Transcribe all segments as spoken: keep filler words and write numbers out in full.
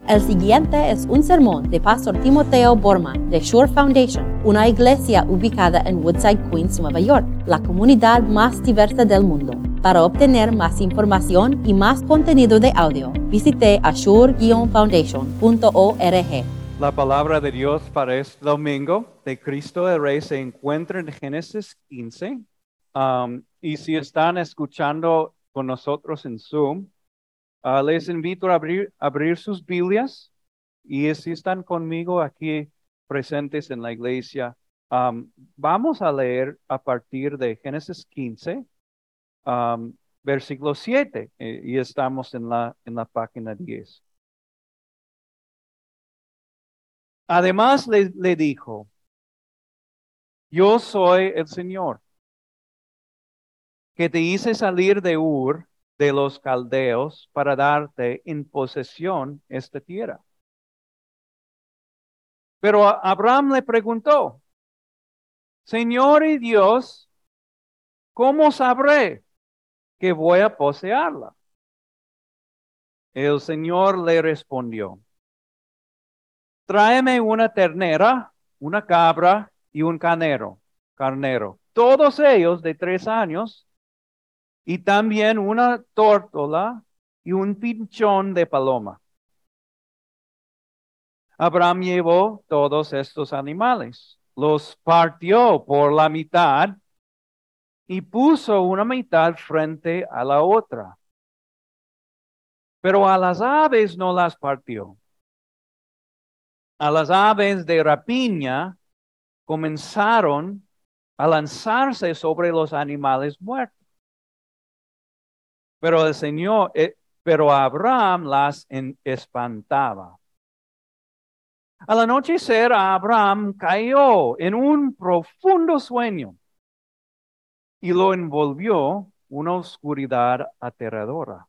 El siguiente es un sermón de Pastor Timoteo Borman de Shore Foundation, una iglesia ubicada en Woodside, Queens, Nueva York, la comunidad más diversa del mundo. Para obtener más información y más contenido de audio, visite ashore dash foundation punto org. La palabra de Dios para este domingo de Cristo el Rey se encuentra en Génesis quince. Um, y si están escuchando con nosotros en Zoom, uh, les invito a abrir, abrir sus Biblias. Y si están conmigo aquí presentes en la iglesia, um, vamos a leer a partir de Génesis quince, um, versículo siete. Eh, y estamos en la, en la página diez. Además le, le dijo, yo soy el Señor, que te hice salir de Ur de los caldeos para darte en posesión esta tierra. Pero Abraham le preguntó, Señor y Dios, ¿cómo sabré que voy a poseerla? El Señor le respondió, tráeme una ternera, una cabra y un carnero, carnero, todos ellos de tres años, y también una tórtola y un pinchón de paloma. Abraham llevó todos estos animales, los partió por la mitad y puso una mitad frente a la otra. Pero a las aves no las partió. A las aves de rapiña comenzaron a lanzarse sobre los animales muertos. Pero el Señor, eh, pero Abraham las en, espantaba. Al anochecer, Abraham cayó en un profundo sueño y lo envolvió una oscuridad aterradora.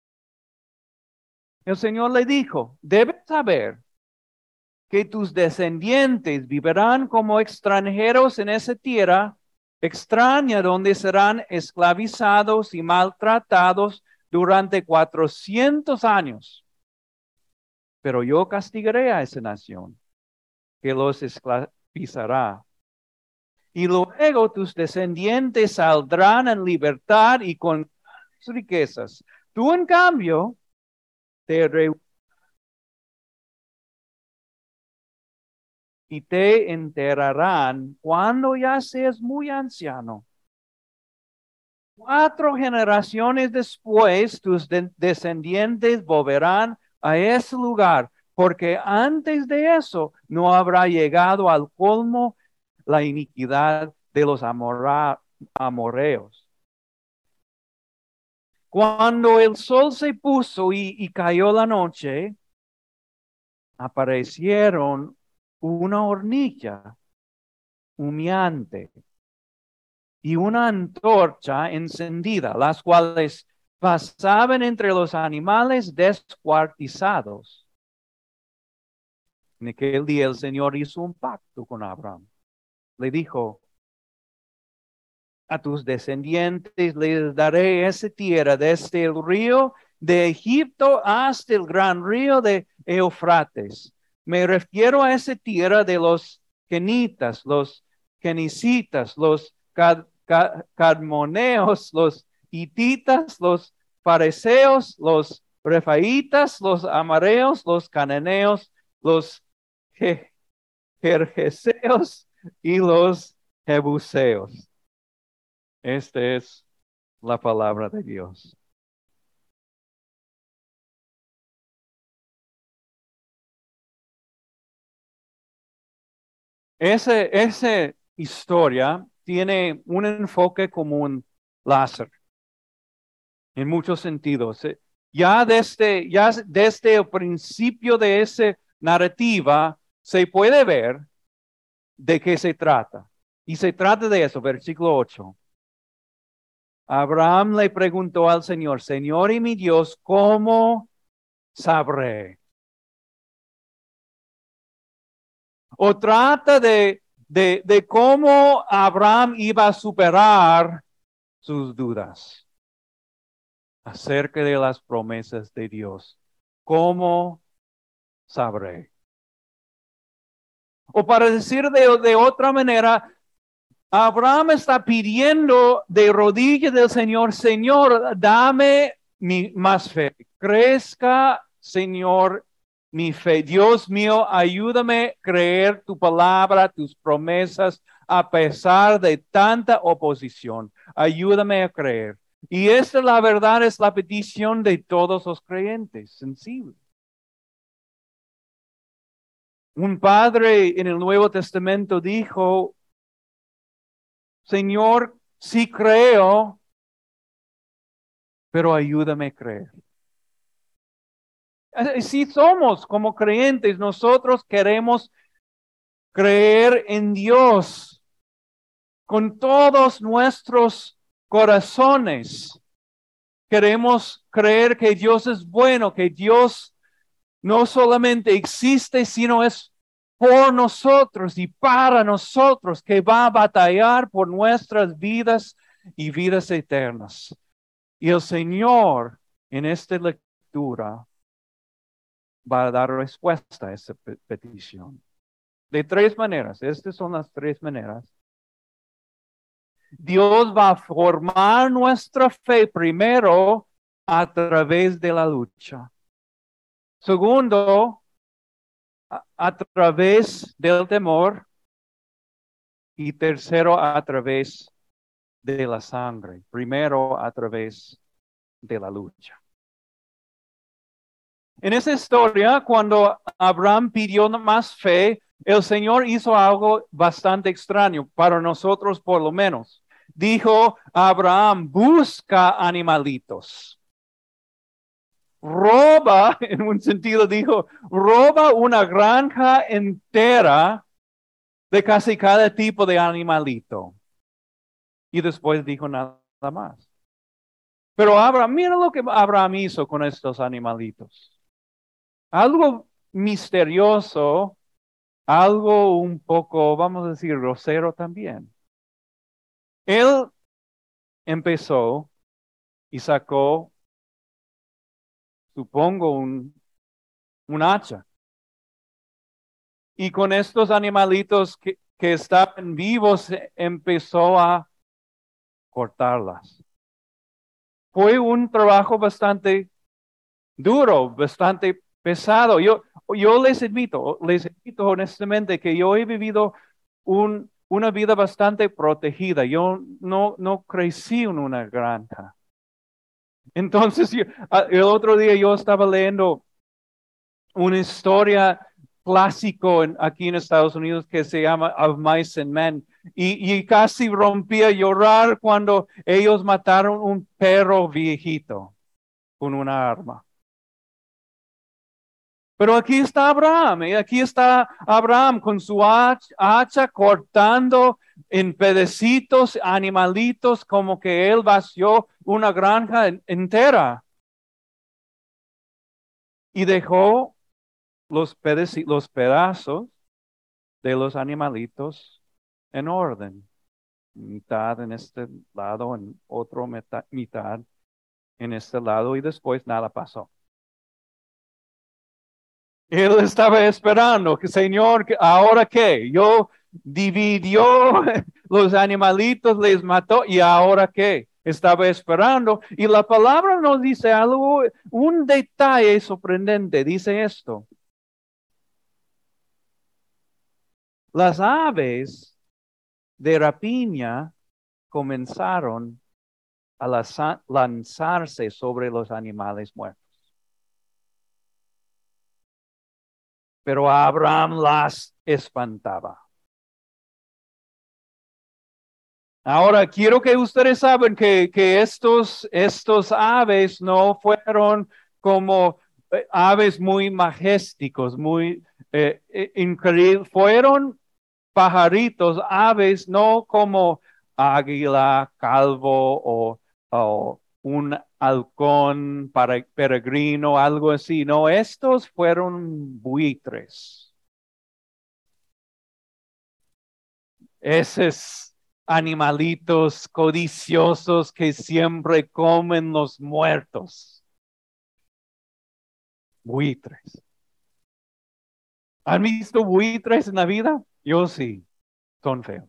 El Señor le dijo, debes saber que tus descendientes vivirán como extranjeros en esa tierra extraña donde serán esclavizados y maltratados durante cuatrocientos años. Pero yo castigaré a esa nación que los esclavizará. Y luego tus descendientes saldrán en libertad y con riquezas. Tú, en cambio, te re y te enterrarán cuando ya seas muy anciano. Cuatro generaciones después, tus de descendientes volverán a ese lugar, porque antes de eso no habrá llegado al colmo la iniquidad de los amora, amoreos. Cuando el sol se puso y, y cayó la noche, aparecieron una hornilla humeante y una antorcha encendida, las cuales pasaban entre los animales descuartizados. En aquel día el Señor hizo un pacto con Abraham. Le dijo, a tus descendientes les daré esa tierra desde el río de Egipto hasta el gran río de Eufrates. Me refiero a esa tierra de los kenitas, los kenicitas, los cad, cad, cadmoneos, los hititas, los pareceos, los refaitas, los amareos, los cananeos, los jerjeseos y los jebuseos. Esta es la palabra de Dios. Ese, esa historia tiene un enfoque como un láser, en muchos sentidos. Ya desde, ya desde el principio de esa narrativa se puede ver de qué se trata. Y se trata de eso, versículo ocho. Abraham le preguntó al Señor, Señor y mi Dios, ¿cómo sabré? O trata de, de, de cómo Abraham iba a superar sus dudas acerca de las promesas de Dios. ¿Cómo sabré. O para decir de, de otra manera, Abraham está pidiendo de rodillas del Señor, Señor, dame mi, más fe. Crezca, Señor, mi fe. Dios mío, ayúdame a creer tu palabra, tus promesas, a pesar de tanta oposición. Ayúdame a creer. Y esta, la verdad, es la petición de todos los creyentes sensibles. Un padre en el Nuevo Testamento dijo, Señor, sí creo, pero ayúdame a creer. Si somos como creyentes, nosotros queremos creer en Dios con todos nuestros corazones. Queremos creer que Dios es bueno, que Dios no solamente existe, sino es por nosotros y para nosotros, que va a batallar por nuestras vidas y vidas eternas. Y el Señor, en esta lectura, va a dar respuesta a esa petición. De tres maneras. Estas son las tres maneras. Dios va a formar nuestra fe primero a través de la lucha. Segundo, a, a través del temor. Y tercero, a través de la sangre. Primero, a través de la lucha. En esa historia, cuando Abraham pidió más fe, el Señor hizo algo bastante extraño, para nosotros por lo menos. Dijo a Abraham, busca animalitos. Roba, en un sentido dijo, roba una granja entera de casi cada tipo de animalito. Y después dijo nada más. Pero Abraham, mira lo que Abraham hizo con estos animalitos. Algo misterioso, algo un poco, vamos a decir, grosero también. Él empezó y sacó, supongo, un, un hacha. Y con estos animalitos que, que estaban vivos, empezó a cortarlas. Fue un trabajo bastante duro, bastante pesado. Yo, yo les admito, les admito honestamente que yo he vivido un, una vida bastante protegida. Yo no, no crecí en una granja. Entonces, yo, el otro día yo estaba leyendo una historia clásico en, aquí en Estados Unidos que se llama Of Mice and Men. Y, y casi rompía a llorar cuando ellos mataron un perro viejito con una arma. Pero aquí está Abraham, y aquí está Abraham con su hacha, hacha cortando en pedacitos animalitos como que él vació una granja entera. Y dejó los, pedaci- los pedazos de los animalitos en orden. Mitad en este lado, en otro meta- mitad en este lado, y después nada pasó. Él estaba esperando que, Señor, ¿ahora qué? Yo dividió los animalitos, les mató, ¿y ahora qué? Estaba esperando. Y la palabra nos dice algo, un detalle sorprendente. Dice esto. Las aves de rapiña comenzaron a lanzarse sobre los animales muertos. Pero Abraham las espantaba. Ahora, quiero que ustedes saben que, que estos, estos aves no fueron como eh, aves muy majesticos, muy eh, eh, increíbles. Fueron pajaritos, aves, no como águila, calvo o, o un halcón para peregrino, algo así. No, estos fueron buitres. Esos animalitos codiciosos que siempre comen los muertos. Buitres. ¿Han visto buitres en la vida? Yo sí, son feos.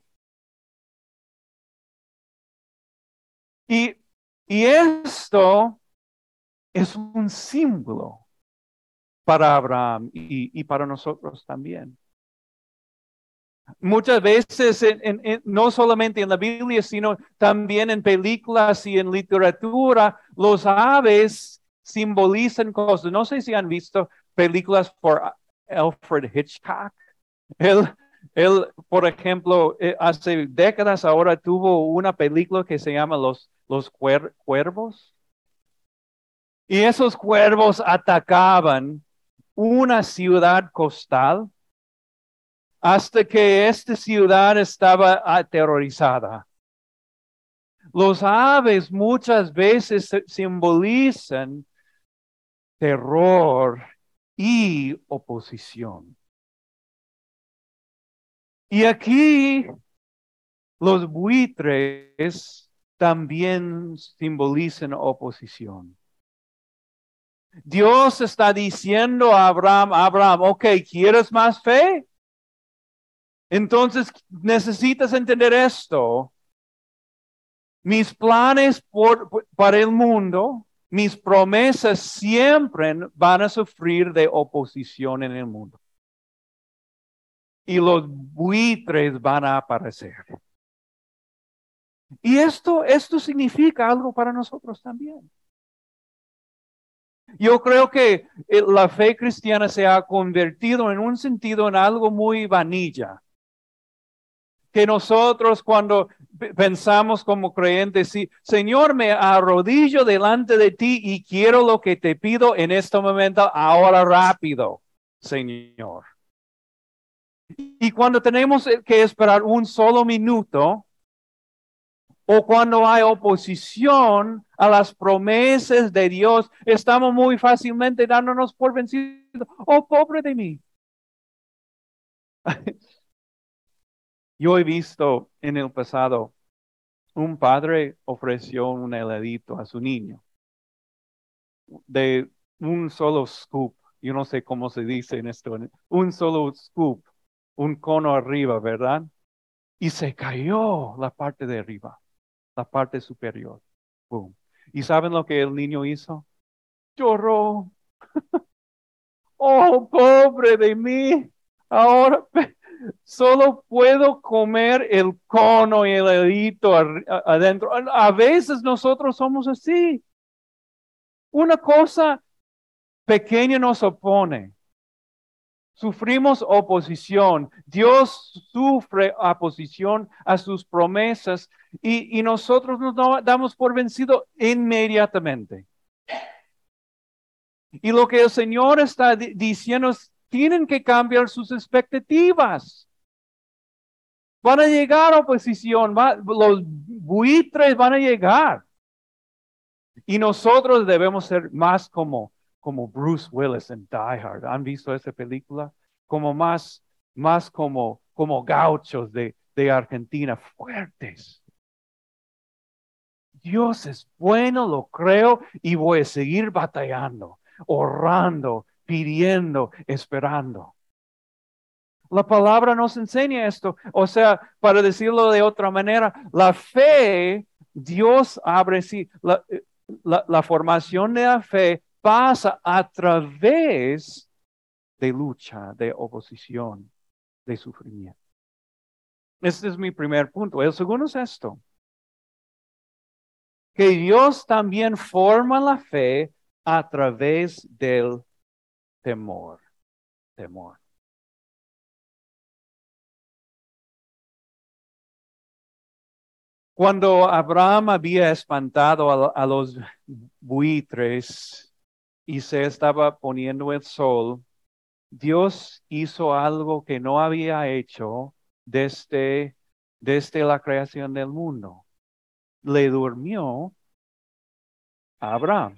Y, y esto es un símbolo para Abraham y, y para nosotros también. Muchas veces, en, en, en, no solamente en la Biblia, sino también en películas y en literatura, los aves simbolizan cosas. No sé si han visto películas por Alfred Hitchcock. Él, él por ejemplo, eh, hace décadas ahora tuvo una película que se llama Los, los Cuer- Cuervos. Y esos cuervos atacaban una ciudad costal hasta que esta ciudad estaba aterrorizada. Los aves muchas veces simbolizan terror y oposición. Y aquí los buitres también simbolizan oposición. Dios está diciendo a Abraham, Abraham, ok, ¿quieres más fe? Entonces necesitas entender esto. Mis planes por, por, para el mundo, mis promesas siempre van a sufrir de oposición en el mundo. Y los buitres van a aparecer. Y esto, esto significa algo para nosotros también. Yo creo que la fe cristiana se ha convertido en un sentido en algo muy vanilla. Que nosotros cuando pensamos como creyentes, sí, Señor, me arrodillo delante de ti y quiero lo que te pido en este momento, ahora rápido, Señor. Y cuando tenemos que esperar un solo minuto, o cuando hay oposición a las promesas de Dios, estamos muy fácilmente dándonos por vencidos. Oh, pobre de mí. Yo he visto en el pasado, un padre ofreció un heladito a su niño de un solo scoop. Yo no sé cómo se dice en esto. Un solo scoop, un cono arriba, ¿verdad? Y se cayó la parte de arriba, la parte superior. Boom. ¿Y saben lo que el niño hizo? Lloró. Oh, pobre de mí. Ahora solo puedo comer el cono y el heladito adentro. A veces nosotros somos así. Una cosa pequeña nos opone. Sufrimos oposición. Dios sufre oposición a sus promesas y, y nosotros nos damos por vencido inmediatamente. Y lo que el Señor está diciendo es, tienen que cambiar sus expectativas. Van a llegar oposición, va, los buitres van a llegar. Y nosotros debemos ser más como, como Bruce Willis en Die Hard. ¿Han visto esa película? Como más, más como, como gauchos de, de Argentina, fuertes. Dios es bueno, lo creo, y voy a seguir batallando, orando, pidiendo, esperando. La palabra nos enseña esto. O sea, para decirlo de otra manera, la fe, Dios abre sí, la, la, la formación de la fe pasa a través de lucha, de oposición, de sufrimiento. Este es mi primer punto. El segundo es esto. Que Dios también forma la fe a través del temor. Temor. Cuando Abraham había espantado a, a los buitres y se estaba poniendo el sol, Dios hizo algo que no había hecho desde, desde la creación del mundo. Le durmió a Abraham.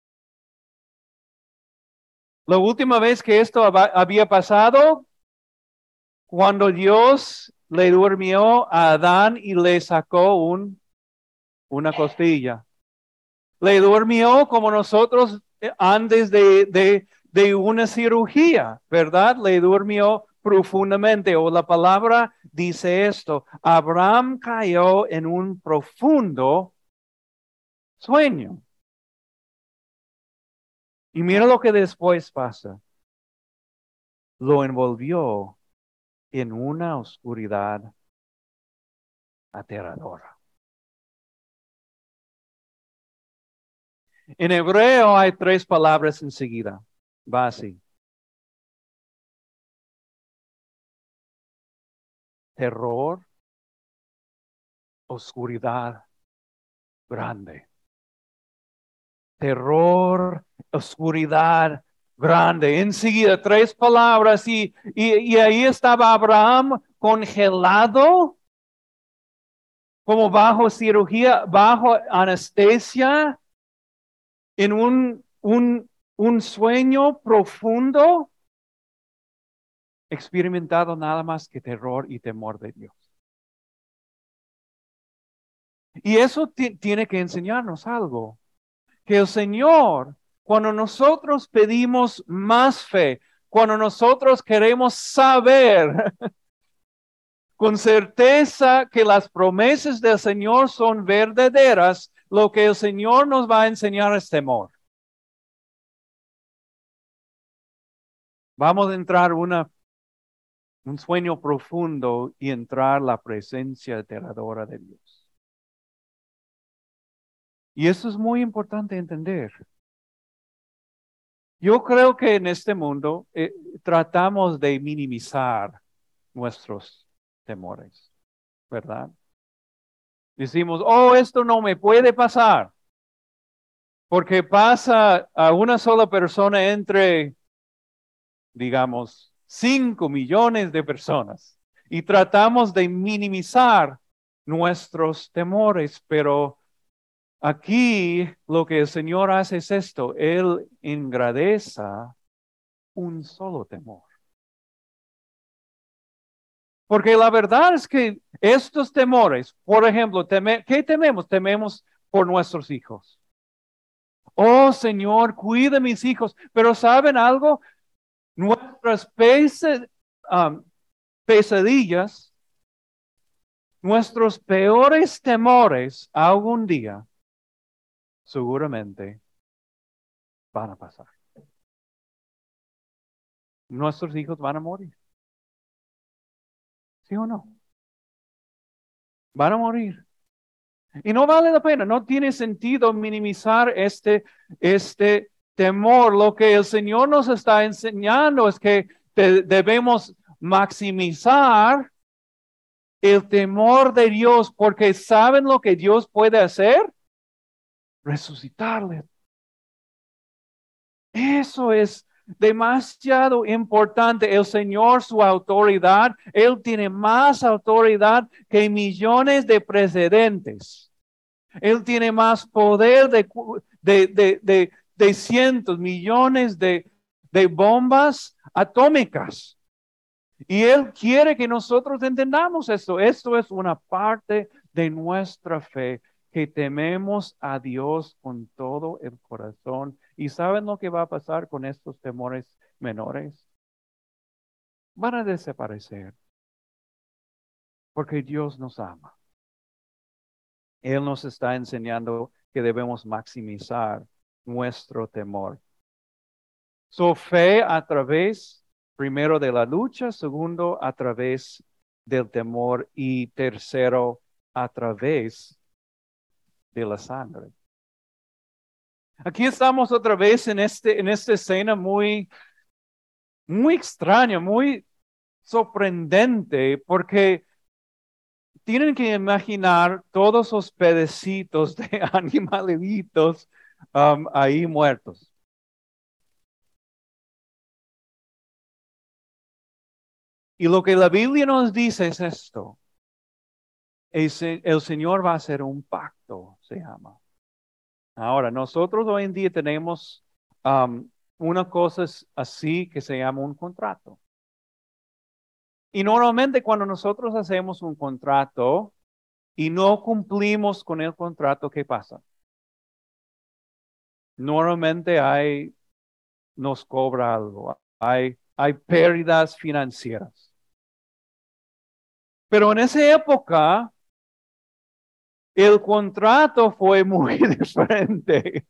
La última vez que esto había pasado, cuando Dios le durmió a Adán y le sacó un, una costilla. Le durmió como nosotros antes de, de, de una cirugía, ¿verdad? Le durmió profundamente, o la palabra dice esto: Abraham cayó en un profundo sueño. Y mira lo que después pasa. Lo envolvió en una oscuridad aterradora. En hebreo hay tres palabras enseguida. Va así: terror, oscuridad grande. Terror, oscuridad grande. Enseguida, tres palabras y, y, y ahí estaba Abraham congelado, como bajo cirugía, bajo anestesia, en un, un, un sueño profundo, experimentado nada más que terror y temor de Dios. Y eso tiene que enseñarnos algo, que el Señor, cuando nosotros pedimos más fe, cuando nosotros queremos saber con certeza que las promesas del Señor son verdaderas, lo que el Señor nos va a enseñar es temor. Vamos a entrar una, un sueño profundo y entrar la presencia aterradora de Dios. Y eso es muy importante entender. Yo creo que en este mundo eh, tratamos de minimizar nuestros temores, ¿verdad? Decimos, oh, esto no me puede pasar, porque pasa a una sola persona entre, digamos, cinco millones de personas. Y tratamos de minimizar nuestros temores, pero aquí lo que el Señor hace es esto: Él engrandece un solo temor. Porque la verdad es que estos temores, por ejemplo, teme, ¿qué tememos? Tememos por nuestros hijos. Oh Señor, cuida a mis hijos. Pero ¿saben algo? Nuestras pesa, um, pesadillas, nuestros peores temores algún día seguramente van a pasar. Nuestros hijos van a morir. ¿Sí o no? Van a morir. Y no vale la pena, no tiene sentido minimizar este, este temor. Lo que el Señor nos está enseñando es que te, debemos maximizar el temor de Dios, porque ¿saben lo que Dios puede hacer? Resucitarle. Eso es demasiado importante. El Señor, su autoridad, Él tiene más autoridad que millones de presidentes. Él tiene más poder de, de, de, de, de cientos, millones de, de bombas atómicas. Y Él quiere que nosotros entendamos esto. Esto es una parte de nuestra fe, que tememos a Dios con todo el corazón. ¿Y saben lo que va a pasar con estos temores menores? Van a desaparecer, porque Dios nos ama. Él nos está enseñando que debemos maximizar nuestro temor. Su fe a través, primero, de la lucha; segundo, a través del temor; y tercero, a través de la sangre. Aquí estamos otra vez en, este, en esta escena muy, muy extraña, muy sorprendente, porque tienen que imaginar todos esos pedacitos de animalitos um, ahí muertos. Y lo que la Biblia nos dice es esto: el, el Señor va a hacer un pacto, se llama. Ahora, nosotros hoy en día tenemos um, una cosa así que se llama un contrato. Y normalmente cuando nosotros hacemos un contrato y no cumplimos con el contrato, ¿qué pasa? Normalmente hay nos cobra algo. Hay, hay pérdidas financieras. Pero en esa época, el contrato fue muy diferente.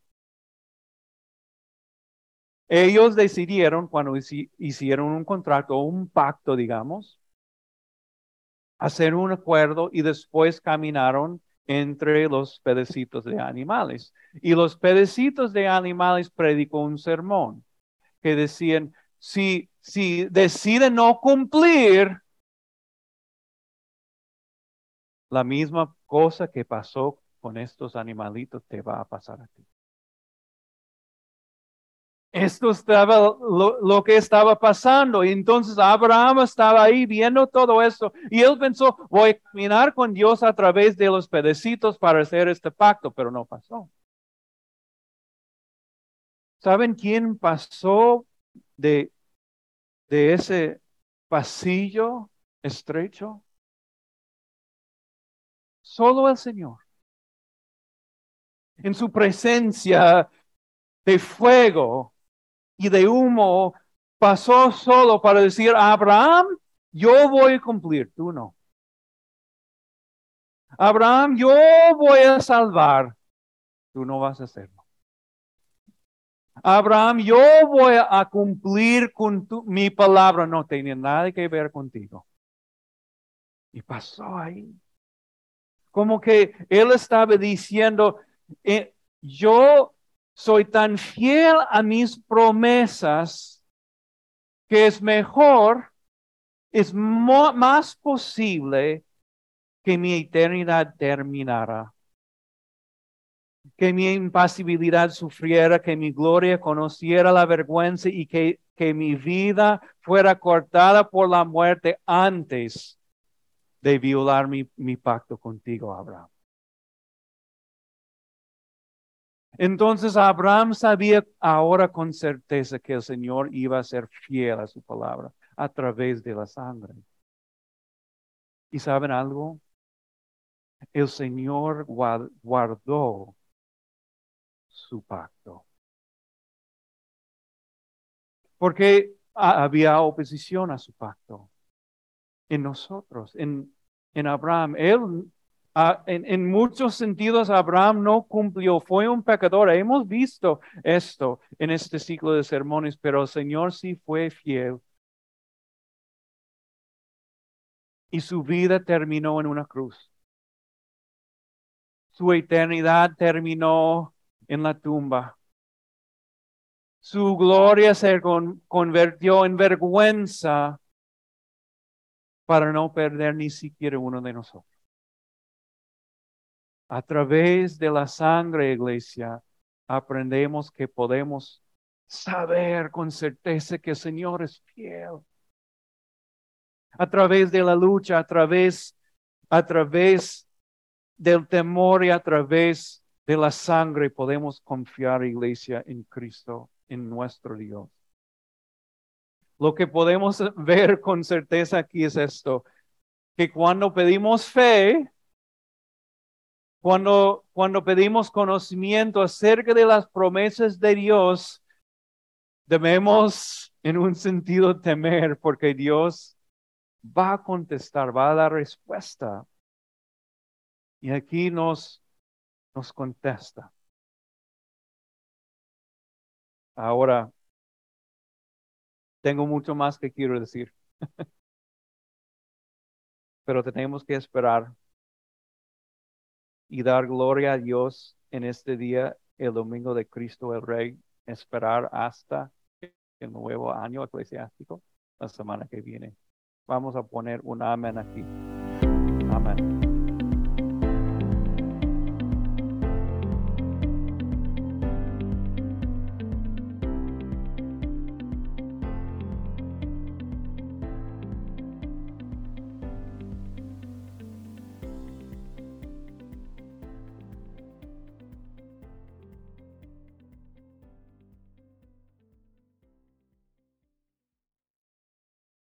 Ellos decidieron, cuando hicieron un contrato, un pacto, digamos, hacer un acuerdo y después caminaron entre los pedacitos de animales. Y los pedacitos de animales predicó un sermón que decían, si, si deciden no cumplir, la misma cosa que pasó con estos animalitos te va a pasar a ti. Esto estaba lo, lo que estaba pasando. Y entonces Abraham estaba ahí viendo todo esto. Y él pensó, voy a caminar con Dios a través de los pedacitos para hacer este pacto, pero no pasó. ¿Saben quién pasó de, de ese pasillo estrecho? Solo el Señor. En su presencia de fuego y de humo, pasó solo para decir, Abraham, yo voy a cumplir, tú no. Abraham, yo voy a salvar, tú no vas a hacerlo. Abraham, yo voy a cumplir con tu, mi palabra, no tiene nada que ver contigo. Y pasó ahí. Como que él estaba diciendo, eh, yo soy tan fiel a mis promesas que es mejor, es mo- más posible que mi eternidad terminara, que mi impasibilidad sufriera, que mi gloria conociera la vergüenza y que, que mi vida fuera cortada por la muerte antes de violar mi, mi pacto contigo, Abraham. Entonces Abraham sabía ahora con certeza que el Señor iba a ser fiel a su palabra a través de la sangre. ¿Y saben algo? El Señor guardó su pacto. Porque había oposición a su pacto en nosotros, en, en Abraham. Él, a, en, en muchos sentidos, Abraham no cumplió, fue un pecador. Hemos visto esto en este ciclo de sermones, pero el Señor sí fue fiel. Y su vida terminó en una cruz. Su eternidad terminó en la tumba. Su gloria se con, convirtió en vergüenza para no perder ni siquiera uno de nosotros. A través de la sangre, iglesia, aprendemos que podemos saber con certeza que el Señor es fiel. A través de la lucha, a través, a través del temor y a través de la sangre podemos confiar, iglesia, en Cristo, en nuestro Dios. Lo que podemos ver con certeza aquí es esto, que cuando pedimos fe, cuando, cuando pedimos conocimiento acerca de las promesas de Dios, debemos en un sentido temer porque Dios va a contestar, va a dar respuesta. Y aquí nos, nos contesta. Ahora, tengo mucho más que quiero decir, pero tenemos que esperar y dar gloria a Dios en este día, el domingo de Cristo el Rey, esperar hasta el nuevo año eclesiástico, la semana que viene. Vamos a poner un amén aquí. Amén.